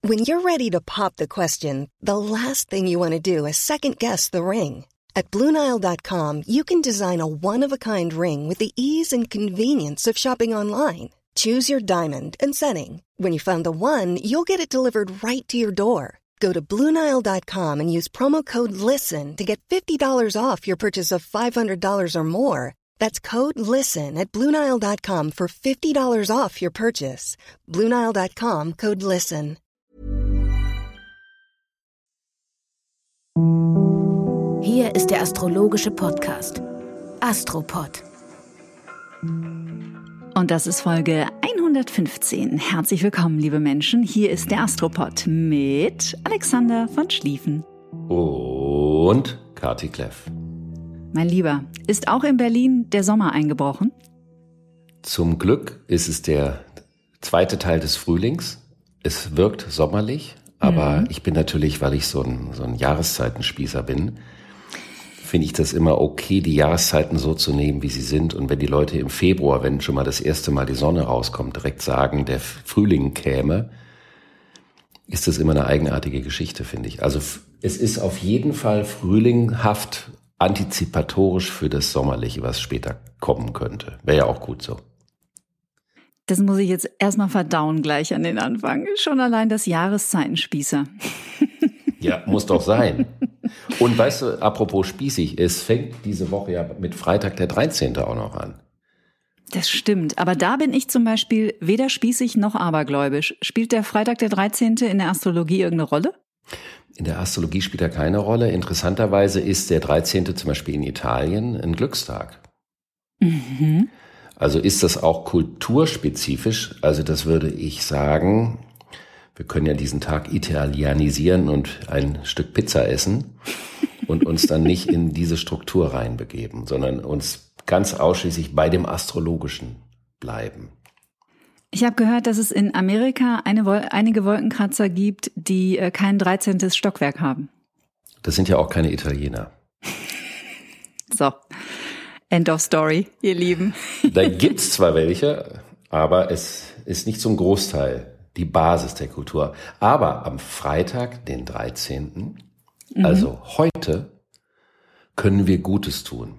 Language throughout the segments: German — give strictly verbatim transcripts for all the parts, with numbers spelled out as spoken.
When you're ready to pop the question, the last thing you want to do is second-guess the ring. At Blue Nile dot com, you can design a one-of-a-kind ring with the ease and convenience of shopping online. Choose your diamond and setting. When you find the one, you'll get it delivered right to your door. Go to Blue Nile dot com and use promo code LISTEN to get fifty dollars off your purchase of five hundred dollars or more. That's code LISTEN at Blue Nile dot com for fifty dollars off your purchase. Blue Nile dot com, code LISTEN. Hier ist der astrologische Podcast Astropod. Und das ist Folge hundertfünfzehn. Herzlich willkommen, liebe Menschen. Hier ist der Astropod mit Alexander von Schlieffen. Und Kati Kleff. Mein Lieber, ist auch in Berlin der Sommer eingebrochen? Zum Glück ist es der zweite Teil des Frühlings. Es wirkt sommerlich, aber mhm. ich bin natürlich, weil ich so ein, so ein Jahreszeitenspießer bin, finde ich das immer okay, die Jahreszeiten so zu nehmen, wie sie sind. Und wenn die Leute im Februar, wenn schon mal das erste Mal die Sonne rauskommt, direkt sagen, der Frühling käme, ist das immer eine eigenartige Geschichte, finde ich. Also es ist auf jeden Fall frühlinghaft, antizipatorisch für das Sommerliche, was später kommen könnte. Wäre ja auch gut so. Das muss ich jetzt erstmal verdauen gleich an den Anfang. Schon allein das Jahreszeitenspießer. Ja, muss doch sein. Und weißt du, apropos spießig, es fängt diese Woche ja mit Freitag der dreizehnte auch noch an. Das stimmt, aber da bin ich zum Beispiel weder spießig noch abergläubisch. Spielt der Freitag der dreizehnte in der Astrologie irgendeine Rolle? In der Astrologie spielt er keine Rolle. Interessanterweise ist der dreizehnte zum Beispiel in Italien ein Glückstag. Mhm. Also ist das auch kulturspezifisch? Also das würde ich sagen, wir können ja diesen Tag italienisieren und ein Stück Pizza essen und uns dann nicht in diese Struktur reinbegeben, sondern uns ganz ausschließlich bei dem Astrologischen bleiben. Ich habe gehört, dass es in Amerika eine, einige Wolkenkratzer gibt, die äh, kein dreizehntes Stockwerk haben. Das sind ja auch keine Italiener. So, end of story, ihr Lieben. Da gibt's zwar welche, aber es ist nicht zum Großteil die Basis der Kultur. Aber am Freitag, den dreizehnten, Mhm. also heute, können wir Gutes tun.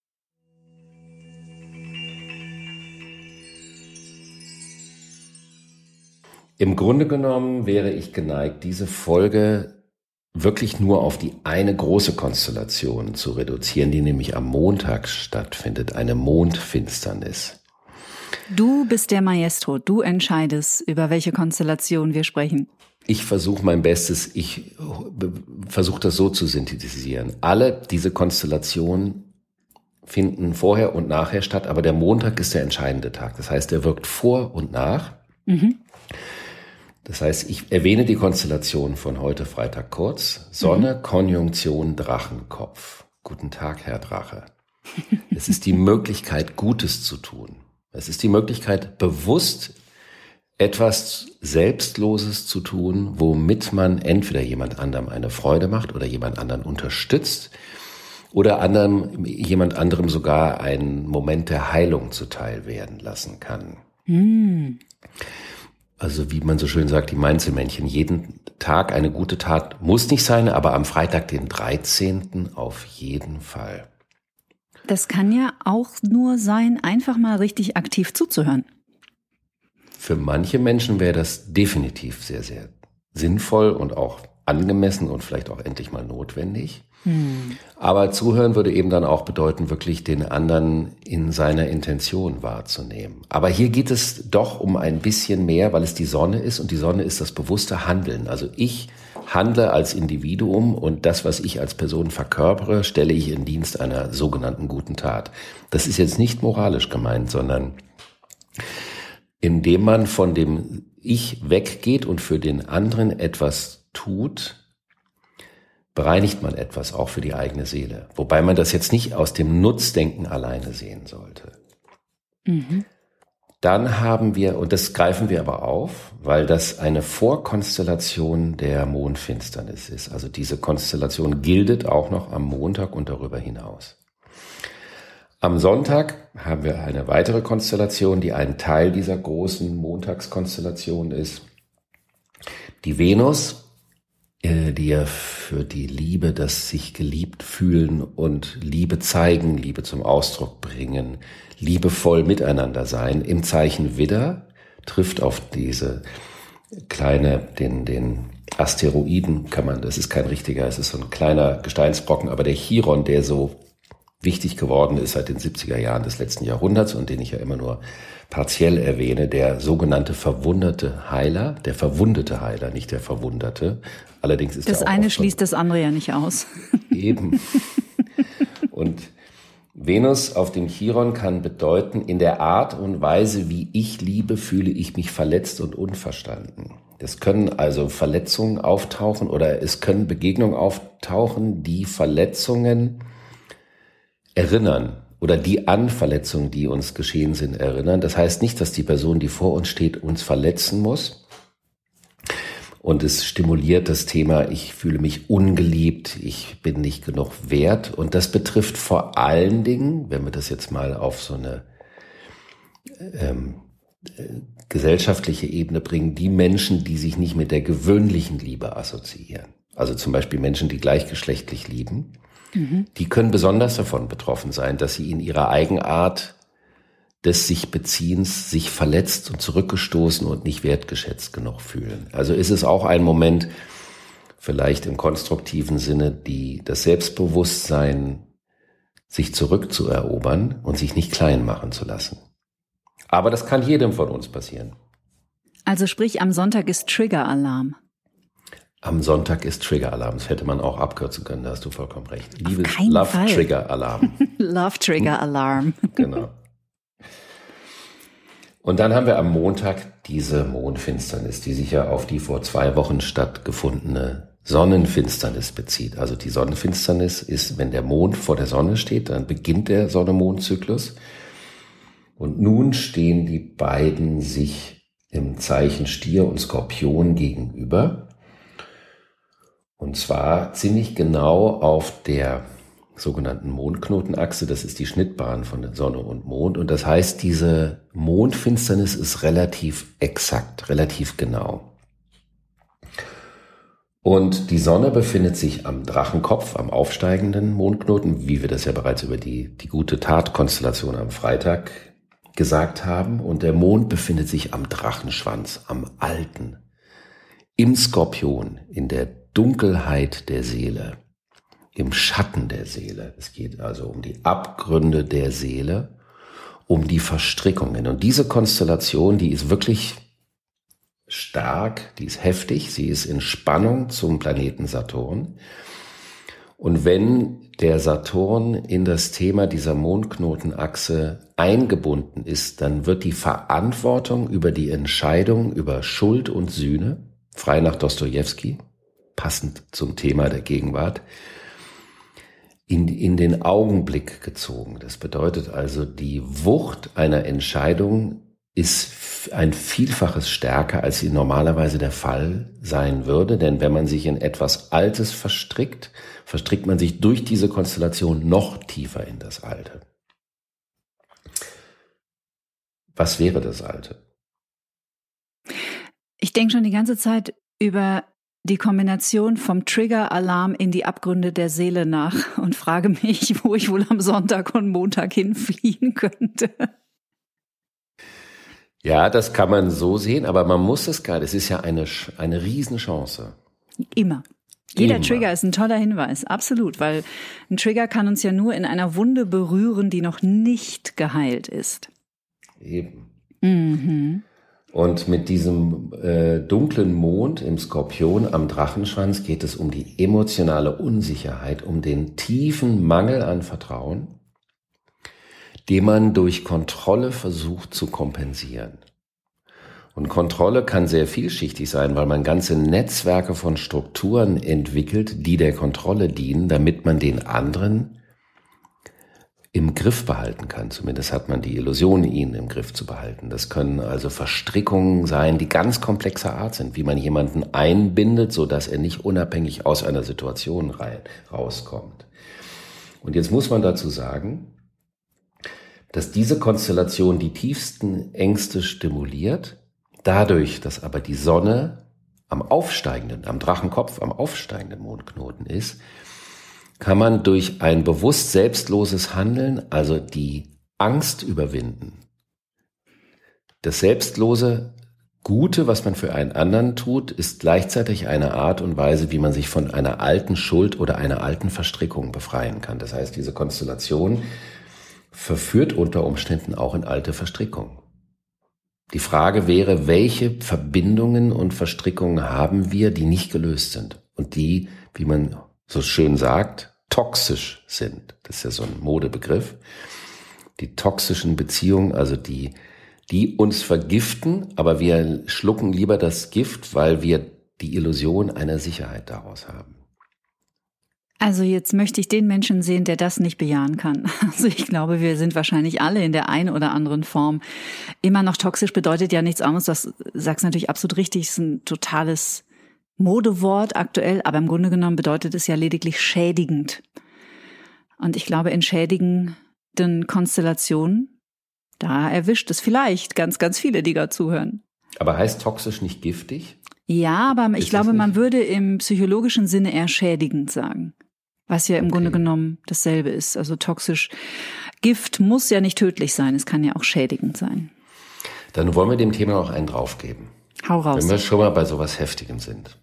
Im Grunde genommen wäre ich geneigt, diese Folge wirklich nur auf die eine große Konstellation zu reduzieren, die nämlich am Montag stattfindet, eine Mondfinsternis. Du bist der Maestro, du entscheidest, über welche Konstellation wir sprechen. Ich versuche mein Bestes, ich versuche das so zu synthetisieren. Alle diese Konstellationen finden vorher und nachher statt, aber der Montag ist der entscheidende Tag. Das heißt, er wirkt vor und nach. Mhm. Das heißt, ich erwähne die Konstellation von heute Freitag kurz. Sonne, mhm. Konjunktion, Drachenkopf. Guten Tag, Herr Drache. Es ist die Möglichkeit, Gutes zu tun. Es ist die Möglichkeit, bewusst etwas Selbstloses zu tun, womit man entweder jemand anderem eine Freude macht oder jemand anderen unterstützt oder anderem, jemand anderem sogar einen Moment der Heilung zuteil werden lassen kann. Mm. Also wie man so schön sagt, die Mainzelmännchen, jeden Tag eine gute Tat muss nicht sein, aber am Freitag, den dreizehnten auf jeden Fall. Das kann ja auch nur sein, einfach mal richtig aktiv zuzuhören. Für manche Menschen wäre das definitiv sehr, sehr sinnvoll und auch angemessen und vielleicht auch endlich mal notwendig. Hm. Aber zuhören würde eben dann auch bedeuten, wirklich den anderen in seiner Intention wahrzunehmen. Aber hier geht es doch um ein bisschen mehr, weil es die Sonne ist und die Sonne ist das bewusste Handeln. Also ich handle als Individuum und das, was ich als Person verkörpere, stelle ich in Dienst einer sogenannten guten Tat. Das ist jetzt nicht moralisch gemeint, sondern indem man von dem Ich weggeht und für den anderen etwas tut, bereinigt man etwas auch für die eigene Seele. Wobei man das jetzt nicht aus dem Nutzdenken alleine sehen sollte. Mhm. Dann haben wir, und das greifen wir aber auf, weil das eine Vorkonstellation der Mondfinsternis ist. Also diese Konstellation gilt auch noch am Montag und darüber hinaus. Am Sonntag haben wir eine weitere Konstellation, die ein Teil dieser großen Montagskonstellation ist. Die Venus, die ja für die Liebe, das sich geliebt fühlen und Liebe zeigen, Liebe zum Ausdruck bringen, liebevoll miteinander sein, im Zeichen Widder trifft auf diese kleine, den, den Asteroiden kann man, das ist kein richtiger, es ist so ein kleiner Gesteinsbrocken, aber der Chiron, der so wichtig geworden ist seit den siebziger Jahren des letzten Jahrhunderts und den ich ja immer nur partiell erwähne, der sogenannte verwundete Heiler, der verwundete Heiler, nicht der Verwunderte. Allerdings ist das der auch eine oft schließt das andere ja nicht aus. Eben. Und Venus auf dem Chiron kann bedeuten, in der Art und Weise, wie ich liebe, fühle ich mich verletzt und unverstanden. Es können also Verletzungen auftauchen oder es können Begegnungen auftauchen, die Verletzungen erinnern oder die an Verletzungen, die uns geschehen sind, erinnern. Das heißt nicht, dass die Person, die vor uns steht, uns verletzen muss. Und es stimuliert das Thema, ich fühle mich ungeliebt, ich bin nicht genug wert. Und das betrifft vor allen Dingen, wenn wir das jetzt mal auf so eine ähm, gesellschaftliche Ebene bringen, die Menschen, die sich nicht mit der gewöhnlichen Liebe assoziieren. Also zum Beispiel Menschen, die gleichgeschlechtlich lieben. Mhm. Die können besonders davon betroffen sein, dass sie in ihrer Eigenart des sich Beziehens sich verletzt und zurückgestoßen und nicht wertgeschätzt genug fühlen. Also ist es auch ein Moment, vielleicht im konstruktiven Sinne, die, das Selbstbewusstsein sich zurückzuerobern und sich nicht klein machen zu lassen. Aber das kann jedem von uns passieren. Also sprich, am Sonntag ist Trigger-Alarm. Am Sonntag ist Trigger-Alarm. Das hätte man auch abkürzen können, da hast du vollkommen recht. Liebes Love Trigger-Alarm. Love Trigger-Alarm. Genau. Und dann haben wir am Montag diese Mondfinsternis, die sich ja auf die vor zwei Wochen stattgefundene Sonnenfinsternis bezieht. Also die Sonnenfinsternis ist, wenn der Mond vor der Sonne steht, dann beginnt der Sonne-Mond-Zyklus. Und nun stehen die beiden sich im Zeichen Stier und Skorpion gegenüber. Und zwar ziemlich genau auf der sogenannten Mondknotenachse. Das ist die Schnittbahn von der Sonne und Mond. Und das heißt, diese Mondfinsternis ist relativ exakt, relativ genau. Und die Sonne befindet sich am Drachenkopf, am aufsteigenden Mondknoten, wie wir das ja bereits über die, die gute Tat-Konstellation am Freitag gesagt haben. Und der Mond befindet sich am Drachenschwanz, am alten, im Skorpion, in der Dunkelheit der Seele, im Schatten der Seele. Es geht also um die Abgründe der Seele, um die Verstrickungen. Und diese Konstellation, die ist wirklich stark, die ist heftig, sie ist in Spannung zum Planeten Saturn. Und wenn der Saturn in das Thema dieser Mondknotenachse eingebunden ist, dann wird die Verantwortung über die Entscheidung über Schuld und Sühne, frei nach Dostojewski, passend zum Thema der Gegenwart, in, in den Augenblick gezogen. Das bedeutet also, die Wucht einer Entscheidung ist ein Vielfaches stärker, als sie normalerweise der Fall sein würde. Denn wenn man sich in etwas Altes verstrickt, verstrickt man sich durch diese Konstellation noch tiefer in das Alte. Was wäre das Alte? Ich denke schon die ganze Zeit über die Kombination vom Trigger-Alarm in die Abgründe der Seele nach und frage mich, wo ich wohl am Sonntag und Montag hinfliehen könnte. Ja, das kann man so sehen, aber man muss es gar nicht. Es ist ja eine, eine Riesenchance. Immer. Jeder Immer. Trigger ist ein toller Hinweis, absolut, weil ein Trigger kann uns ja nur in einer Wunde berühren, die noch nicht geheilt ist. Eben. Mhm. Und mit diesem äh, dunklen Mond im Skorpion am Drachenschwanz geht es um die emotionale Unsicherheit, um den tiefen Mangel an Vertrauen, den man durch Kontrolle versucht zu kompensieren. Und Kontrolle kann sehr vielschichtig sein, weil man ganze Netzwerke von Strukturen entwickelt, die der Kontrolle dienen, damit man den anderen im Griff behalten kann. Zumindest hat man die Illusion, ihn im Griff zu behalten. Das können also Verstrickungen sein, die ganz komplexer Art sind, wie man jemanden einbindet, sodass er nicht unabhängig aus einer Situation rein, rauskommt. Und jetzt muss man dazu sagen, dass diese Konstellation die tiefsten Ängste stimuliert, dadurch, dass aber die Sonne am aufsteigenden, am Drachenkopf, am aufsteigenden Mondknoten ist, kann man durch ein bewusst selbstloses Handeln, also die Angst überwinden. Das selbstlose Gute, was man für einen anderen tut, ist gleichzeitig eine Art und Weise, wie man sich von einer alten Schuld oder einer alten Verstrickung befreien kann. Das heißt, diese Konstellation verführt unter Umständen auch in alte Verstrickungen. Die Frage wäre, welche Verbindungen und Verstrickungen haben wir, die nicht gelöst sind und die, wie man so schön sagt, toxisch sind. Das ist ja so ein Modebegriff. Die toxischen Beziehungen, also die die uns vergiften, aber wir schlucken lieber das Gift, weil wir die Illusion einer Sicherheit daraus haben. Also jetzt möchte ich den Menschen sehen, der das nicht bejahen kann. Also ich glaube, wir sind wahrscheinlich alle in der einen oder anderen Form immer noch toxisch. Bedeutet ja nichts anderes, das sagst natürlich absolut richtig, ist ein totales Modewort aktuell, aber im Grunde genommen bedeutet es ja lediglich schädigend. Und ich glaube, in schädigenden Konstellationen, da erwischt es vielleicht ganz, ganz viele, die gerade zuhören. Aber heißt toxisch nicht giftig? Ja, aber ich Ist glaube, das man nicht? würde im psychologischen Sinne eher schädigend sagen. Was ja im Okay. Grunde genommen dasselbe ist. Also toxisch. Gift muss ja nicht tödlich sein, es kann ja auch schädigend sein. Dann wollen wir dem Thema noch einen draufgeben. Hau raus. Wenn wir schon mal bei sowas Heftigem sind.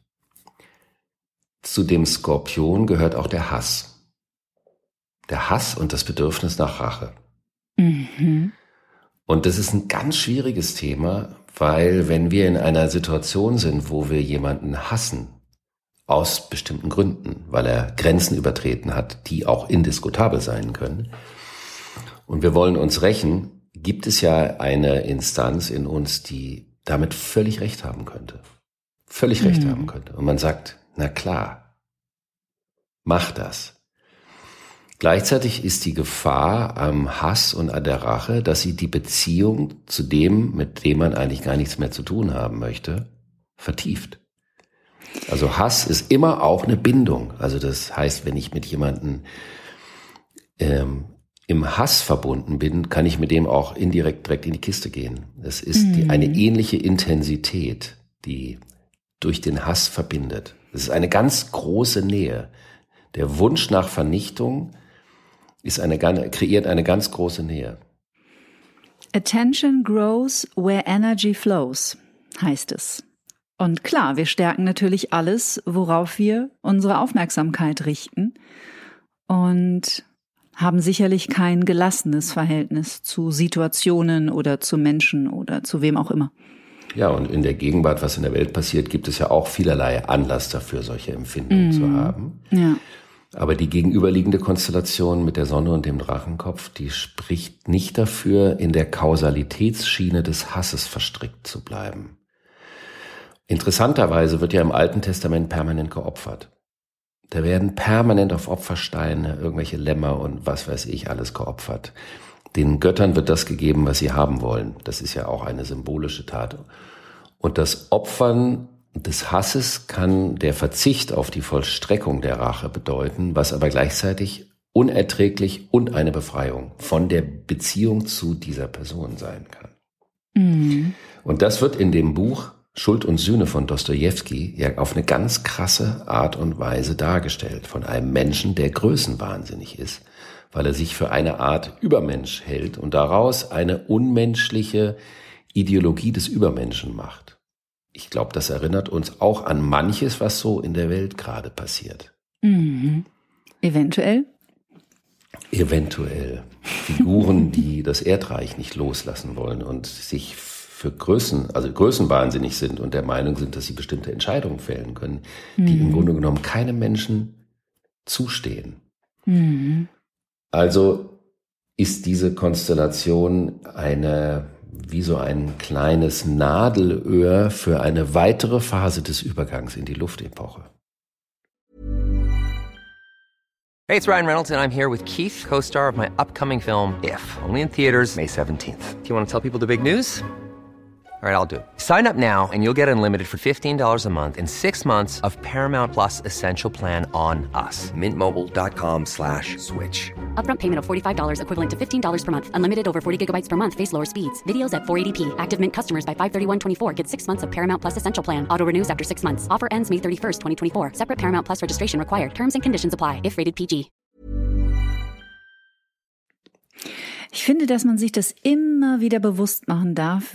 Zu dem Skorpion gehört auch der Hass. Der Hass und das Bedürfnis nach Rache. Mhm. Und das ist ein ganz schwieriges Thema, weil wenn wir in einer Situation sind, wo wir jemanden hassen, aus bestimmten Gründen, weil er Grenzen übertreten hat, die auch indiskutabel sein können, und wir wollen uns rächen, gibt es ja eine Instanz in uns, die damit völlig recht haben könnte. Völlig recht Mhm. haben könnte. Und man sagt, na klar, mach das. Gleichzeitig ist die Gefahr am Hass und an der Rache, dass sie die Beziehung zu dem, mit dem man eigentlich gar nichts mehr zu tun haben möchte, vertieft. Also Hass ist immer auch eine Bindung. Also das heißt, wenn ich mit jemandem ähm, im Hass verbunden bin, kann ich mit dem auch indirekt direkt in die Kiste gehen. Es ist die, eine ähnliche Intensität, die durch den Hass verbindet. Es ist eine ganz große Nähe. Der Wunsch nach Vernichtung ist eine, kreiert eine ganz große Nähe. Attention grows where energy flows, heißt es. Und klar, wir stärken natürlich alles, worauf wir unsere Aufmerksamkeit richten und haben sicherlich kein gelassenes Verhältnis zu Situationen oder zu Menschen oder zu wem auch immer. Ja, und in der Gegenwart, was in der Welt passiert, gibt es ja auch vielerlei Anlass dafür, solche Empfindungen mm. zu haben. Ja. Aber die gegenüberliegende Konstellation mit der Sonne und dem Drachenkopf, die spricht nicht dafür, in der Kausalitätsschiene des Hasses verstrickt zu bleiben. Interessanterweise wird ja im Alten Testament permanent geopfert. Da werden permanent auf Opfersteine irgendwelche Lämmer und was weiß ich alles geopfert. Den Göttern wird das gegeben, was sie haben wollen. Das ist ja auch eine symbolische Tat. Und das Opfern des Hasses kann der Verzicht auf die Vollstreckung der Rache bedeuten, was aber gleichzeitig unerträglich und eine Befreiung von der Beziehung zu dieser Person sein kann. Mhm. Und das wird in dem Buch Schuld und Sühne von Dostojewski ja auf eine ganz krasse Art und Weise dargestellt. Von einem Menschen, der größenwahnsinnig ist, weil er sich für eine Art Übermensch hält und daraus eine unmenschliche Ideologie des Übermenschen macht. Ich glaube, das erinnert uns auch an manches, was so in der Welt gerade passiert. Mhm. Eventuell? Eventuell. Figuren, die das Erdreich nicht loslassen wollen und sich für Größen, also größenwahnsinnig sind und der Meinung sind, dass sie bestimmte Entscheidungen fällen können, die Mhm. im Grunde genommen keinem Menschen zustehen. Mhm. Also ist diese Konstellation eine, wie so ein kleines Nadelöhr für eine weitere Phase des Übergangs in die Luftepoche. Hey, it's Ryan Reynolds, and I'm here with Keith, co-star of my upcoming film, If, only in theaters May seventeenth. Do you want to tell people the big news? All right, I'll do it. Sign up now and you'll get unlimited for fifteen dollars a month and six months of Paramount Plus Essential Plan on us. Mint Mobile dot com slash switch. Upfront payment of forty-five dollars equivalent to fifteen dollars per month. Unlimited over forty gigabytes per month. Face lower speeds. Videos at four eighty p. Active Mint customers by five thirty-one twenty-four get six months of Paramount Plus Essential Plan. Auto renews after six months. Offer ends May thirty-first, twenty twenty-four. Separate Paramount Plus registration required. Terms and conditions apply if rated P G. Ich finde, dass man sich das immer wieder bewusst machen darf,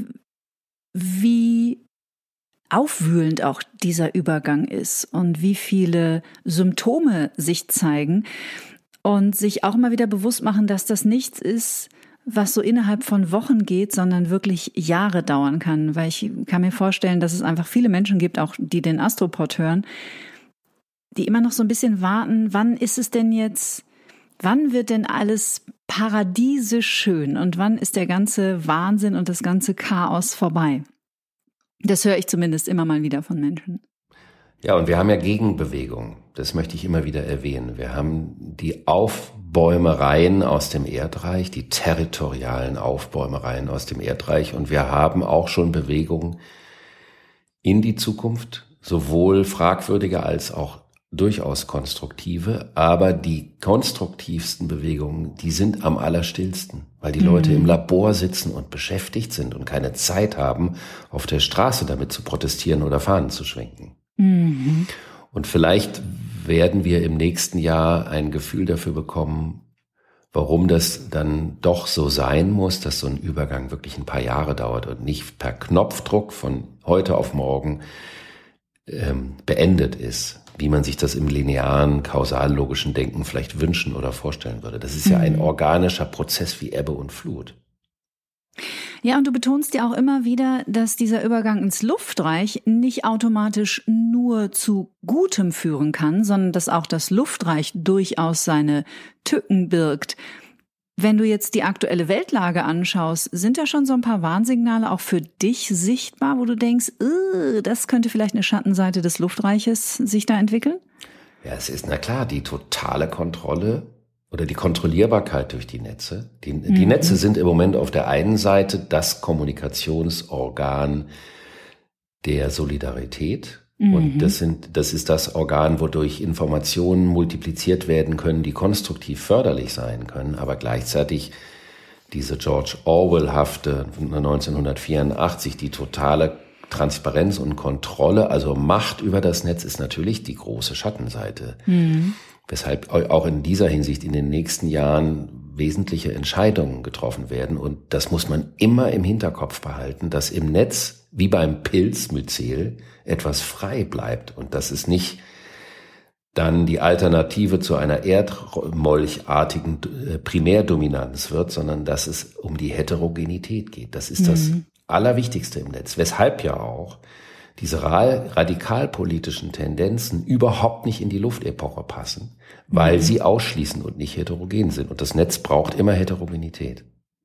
wie aufwühlend auch dieser Übergang ist und wie viele Symptome sich zeigen und sich auch mal wieder bewusst machen, dass das nichts ist, was so innerhalb von Wochen geht, sondern wirklich Jahre dauern kann, weil ich kann mir vorstellen, dass es einfach viele Menschen gibt, auch die den Astropod hören, die immer noch so ein bisschen warten, wann ist es denn jetzt, wann wird denn alles paradiesisch schön und wann ist der ganze Wahnsinn und das ganze Chaos vorbei? Das höre ich zumindest immer mal wieder von Menschen. Ja, und wir haben ja Gegenbewegung. Das möchte ich immer wieder erwähnen. Wir haben die Aufbäumereien aus dem Erdreich, die territorialen Aufbäumereien aus dem Erdreich. Und wir haben auch schon Bewegungen in die Zukunft, sowohl fragwürdige als auch durchaus konstruktive, aber die konstruktivsten Bewegungen, die sind am allerstillsten, weil die mhm. Leute im Labor sitzen und beschäftigt sind und keine Zeit haben, auf der Straße damit zu protestieren oder Fahnen zu schwenken. Mhm. Und vielleicht werden wir im nächsten Jahr ein Gefühl dafür bekommen, warum das dann doch so sein muss, dass so ein Übergang wirklich ein paar Jahre dauert und nicht per Knopfdruck von heute auf morgen ähm, beendet ist, wie man sich das im linearen, kausal-logischen Denken vielleicht wünschen oder vorstellen würde. Das ist ja ein organischer Prozess wie Ebbe und Flut. Ja, und du betonst ja auch immer wieder, dass dieser Übergang ins Luftreich nicht automatisch nur zu Gutem führen kann, sondern dass auch das Luftreich durchaus seine Tücken birgt. Wenn du jetzt die aktuelle Weltlage anschaust, sind da schon so ein paar Warnsignale auch für dich sichtbar, wo du denkst, das könnte vielleicht eine Schattenseite des Luftreiches sich da entwickeln? Ja, es ist, na klar, die totale Kontrolle oder die Kontrollierbarkeit durch die Netze. Die, mhm. die Netze sind im Moment auf der einen Seite das Kommunikationsorgan der Solidarität. Und das sind, das ist das Organ, wodurch Informationen multipliziert werden können, die konstruktiv förderlich sein können, aber gleichzeitig diese George Orwell-hafte neunzehnhundertvierundachtzig, die totale Transparenz und Kontrolle, also Macht über das Netz, ist natürlich die große Schattenseite. Mhm. Weshalb auch in dieser Hinsicht in den nächsten Jahren wesentliche Entscheidungen getroffen werden. Und das muss man immer im Hinterkopf behalten, dass im Netz, wie beim Pilzmyzel, etwas frei bleibt und dass es nicht dann die Alternative zu einer erdmolchartigen Primärdominanz wird, sondern dass es um die Heterogenität geht. Das ist mhm. das Allerwichtigste im Netz. Weshalb ja auch diese radikalpolitischen Tendenzen überhaupt nicht in die Luftepoche passen, weil mhm. sie ausschließen und nicht heterogen sind. Und das Netz braucht immer Heterogenität.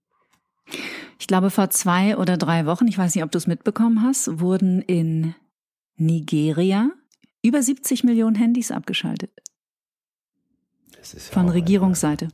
Ich glaube, vor zwei oder drei Wochen, ich weiß nicht, ob du es mitbekommen hast, wurden in Nigeria über siebzig Millionen Handys abgeschaltet. Das ist ja von Regierungsseite.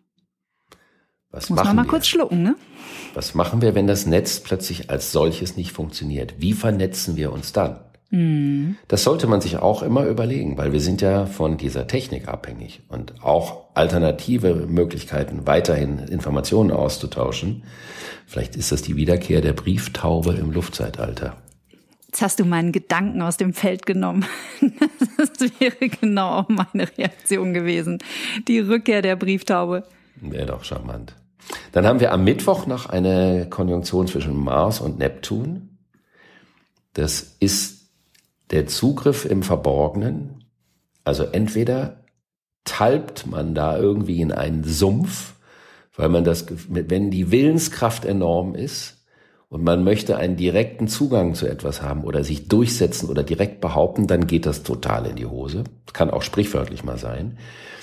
Was Muss machen man mal wir? kurz schlucken, ne? Was machen wir, wenn das Netz plötzlich als solches nicht funktioniert? Wie vernetzen wir uns dann? Mhm. Das sollte man sich auch immer überlegen, weil wir sind ja von dieser Technik abhängig und auch alternative Möglichkeiten, weiterhin Informationen auszutauschen. Vielleicht ist das die Wiederkehr der Brieftaube im Luftzeitalter. Jetzt hast du meinen Gedanken aus dem Feld genommen. Das wäre genau auch meine Reaktion gewesen. Die Rückkehr der Brieftaube. Wäre doch charmant. Dann haben wir am Mittwoch noch eine Konjunktion zwischen Mars und Neptun. Das ist der Zugriff im Verborgenen. Also entweder talbt man da irgendwie in einen Sumpf, weil man das, wenn die Willenskraft enorm ist und man möchte einen direkten Zugang zu etwas haben oder sich durchsetzen oder direkt behaupten, dann geht das total in die Hose. Das kann auch sprichwörtlich mal sein.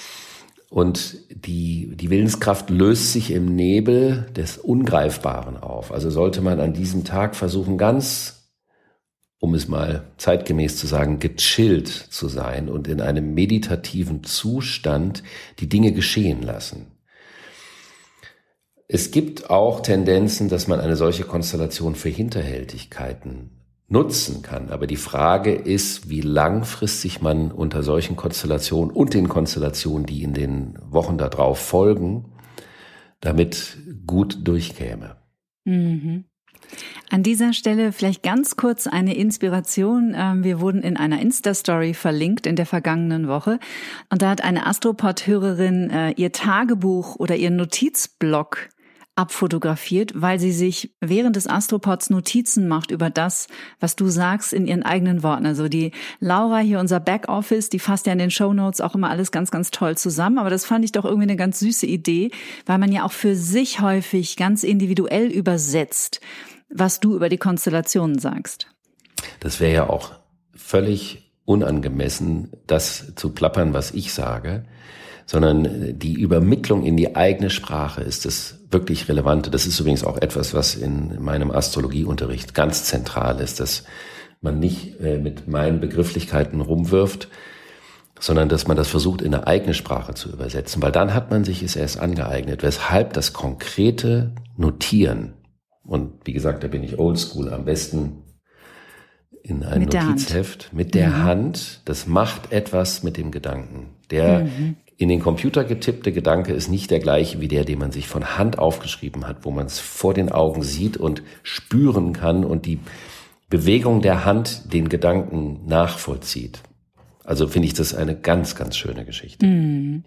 Und die, die Willenskraft löst sich im Nebel des Ungreifbaren auf. Also sollte man an diesem Tag versuchen, ganz, um es mal zeitgemäß zu sagen, gechillt zu sein und in einem meditativen Zustand die Dinge geschehen lassen. Es gibt auch Tendenzen, dass man eine solche Konstellation für Hinterhältigkeiten nutzen kann. Aber die Frage ist, wie langfristig man unter solchen Konstellationen und den Konstellationen, die in den Wochen darauf folgen, damit gut durchkäme. Mhm. An dieser Stelle vielleicht ganz kurz eine Inspiration. Wir wurden in einer Insta-Story verlinkt in der vergangenen Woche. Und da hat eine Astropod-Hörerin ihr Tagebuch oder ihren Notizblock abfotografiert, weil sie sich während des Astropods Notizen macht über das, was du sagst, in ihren eigenen Worten. Also die Laura hier, unser Backoffice, die fasst ja in den Shownotes auch immer alles ganz, ganz toll zusammen. Aber das fand ich doch irgendwie eine ganz süße Idee, weil man ja auch für sich häufig ganz individuell übersetzt, was du über die Konstellationen sagst. Das wäre ja auch völlig unangemessen, das zu plappern, was ich sage, sondern die Übermittlung in die eigene Sprache ist das wirklich Relevante. Das ist übrigens auch etwas, was in meinem Astrologieunterricht ganz zentral ist, dass man nicht äh, mit meinen Begrifflichkeiten rumwirft, sondern dass man das versucht, in eine eigene Sprache zu übersetzen, weil dann hat man sich es erst angeeignet, weshalb das konkrete Notieren, und wie gesagt, da bin ich oldschool, am besten in ein mit Notizheft, der mit der mhm. Hand, das macht etwas mit dem Gedanken. Der mhm. in den Computer getippte Gedanke ist nicht der gleiche wie der, den man sich von Hand aufgeschrieben hat, wo man es vor den Augen sieht und spüren kann und die Bewegung der Hand den Gedanken nachvollzieht. Also finde ich das eine ganz, ganz schöne Geschichte. Mhm.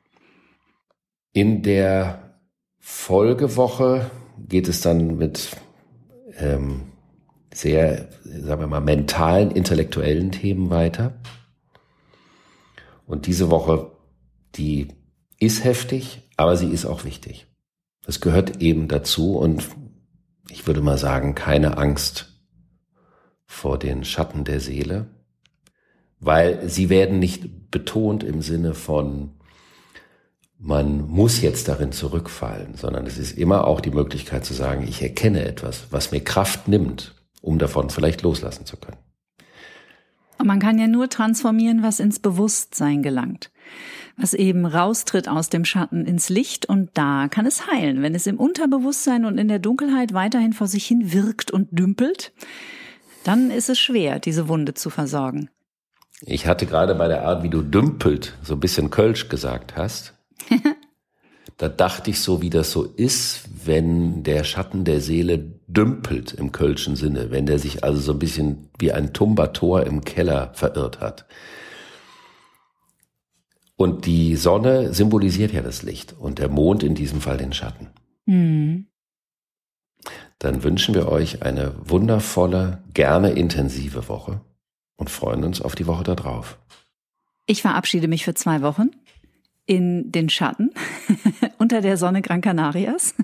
In der Folgewoche geht es dann mit ähm, sehr, sagen wir mal, mentalen, intellektuellen Themen weiter. Und diese Woche, die ist heftig, aber sie ist auch wichtig. Das gehört eben dazu und ich würde mal sagen, keine Angst vor den Schatten der Seele, weil sie werden nicht betont im Sinne von, man muss jetzt darin zurückfallen, sondern es ist immer auch die Möglichkeit zu sagen, ich erkenne etwas, was mir Kraft nimmt, um davon vielleicht loslassen zu können. Und man kann ja nur transformieren, was ins Bewusstsein gelangt, was eben raustritt aus dem Schatten ins Licht, und da kann es heilen. Wenn es im Unterbewusstsein und in der Dunkelheit weiterhin vor sich hin wirkt und dümpelt, dann ist es schwer, diese Wunde zu versorgen. Ich hatte gerade bei der Art, wie du dümpelt, so ein bisschen Kölsch gesagt hast. Da dachte ich so, wie das so ist, wenn der Schatten der Seele dümpelt im kölschen Sinne, wenn der sich also so ein bisschen wie ein Tumbator im Keller verirrt hat. Und die Sonne symbolisiert ja das Licht und der Mond in diesem Fall den Schatten. Mhm. Dann wünschen wir euch eine wundervolle, gerne intensive Woche und freuen uns auf die Woche da drauf. Ich verabschiede mich für zwei Wochen in den Schatten unter der Sonne Gran Canarias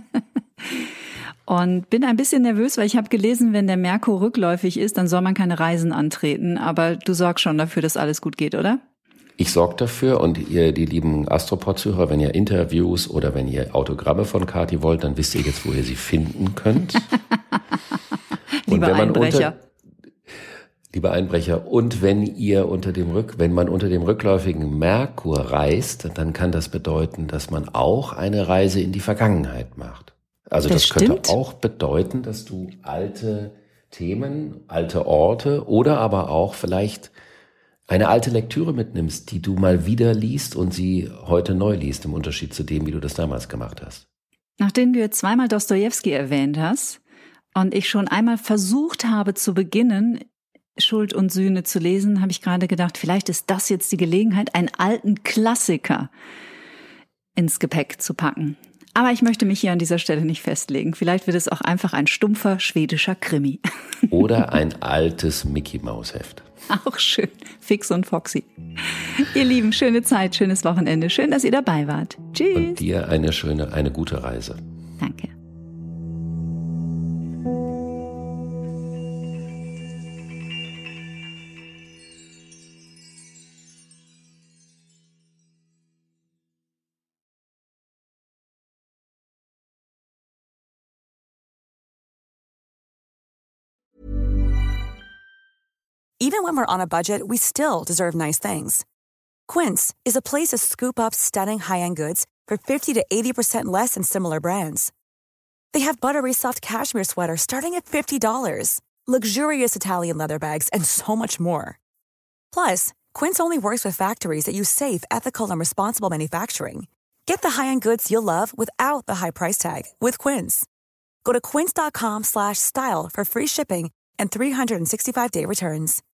und bin ein bisschen nervös, weil ich habe gelesen, wenn der Merkur rückläufig ist, dann soll man keine Reisen antreten. Aber du sorgst schon dafür, dass alles gut geht, oder? Ich sorge dafür, und ihr, die lieben Astropod-Zuhörer, wenn ihr Interviews oder wenn ihr Autogramme von Kathi wollt, dann wisst ihr jetzt, wo ihr sie finden könnt. Lieber wenn man Einbrecher. Unter, lieber Einbrecher. Und wenn ihr unter dem Rück, wenn man unter dem rückläufigen Merkur reist, dann kann das bedeuten, dass man auch eine Reise in die Vergangenheit macht. Also das, das könnte auch bedeuten, dass du alte Themen, alte Orte oder aber auch vielleicht eine alte Lektüre mitnimmst, die du mal wieder liest und sie heute neu liest, im Unterschied zu dem, wie du das damals gemacht hast. Nachdem du jetzt zweimal Dostojewski erwähnt hast und ich schon einmal versucht habe zu beginnen, Schuld und Sühne zu lesen, habe ich gerade gedacht, vielleicht ist das jetzt die Gelegenheit, einen alten Klassiker ins Gepäck zu packen. Aber ich möchte mich hier an dieser Stelle nicht festlegen. Vielleicht wird es auch einfach ein stumpfer schwedischer Krimi. Oder ein altes Mickey-Maus-Heft. Auch schön. Fix und foxy. Ihr Lieben, schöne Zeit, schönes Wochenende. Schön, dass ihr dabei wart. Tschüss. Und dir eine schöne, eine gute Reise. Danke. Even when we're on a budget, we still deserve nice things. Quince is a place to scoop up stunning high-end goods for fifty to eighty percent less than similar brands. They have buttery soft cashmere sweaters starting at fifty dollars, luxurious Italian leather bags, and so much more. Plus, Quince only works with factories that use safe, ethical, and responsible manufacturing. Get the high-end goods you'll love without the high price tag with Quince. Go to quince.com slash style for free shipping and three sixty-five day returns.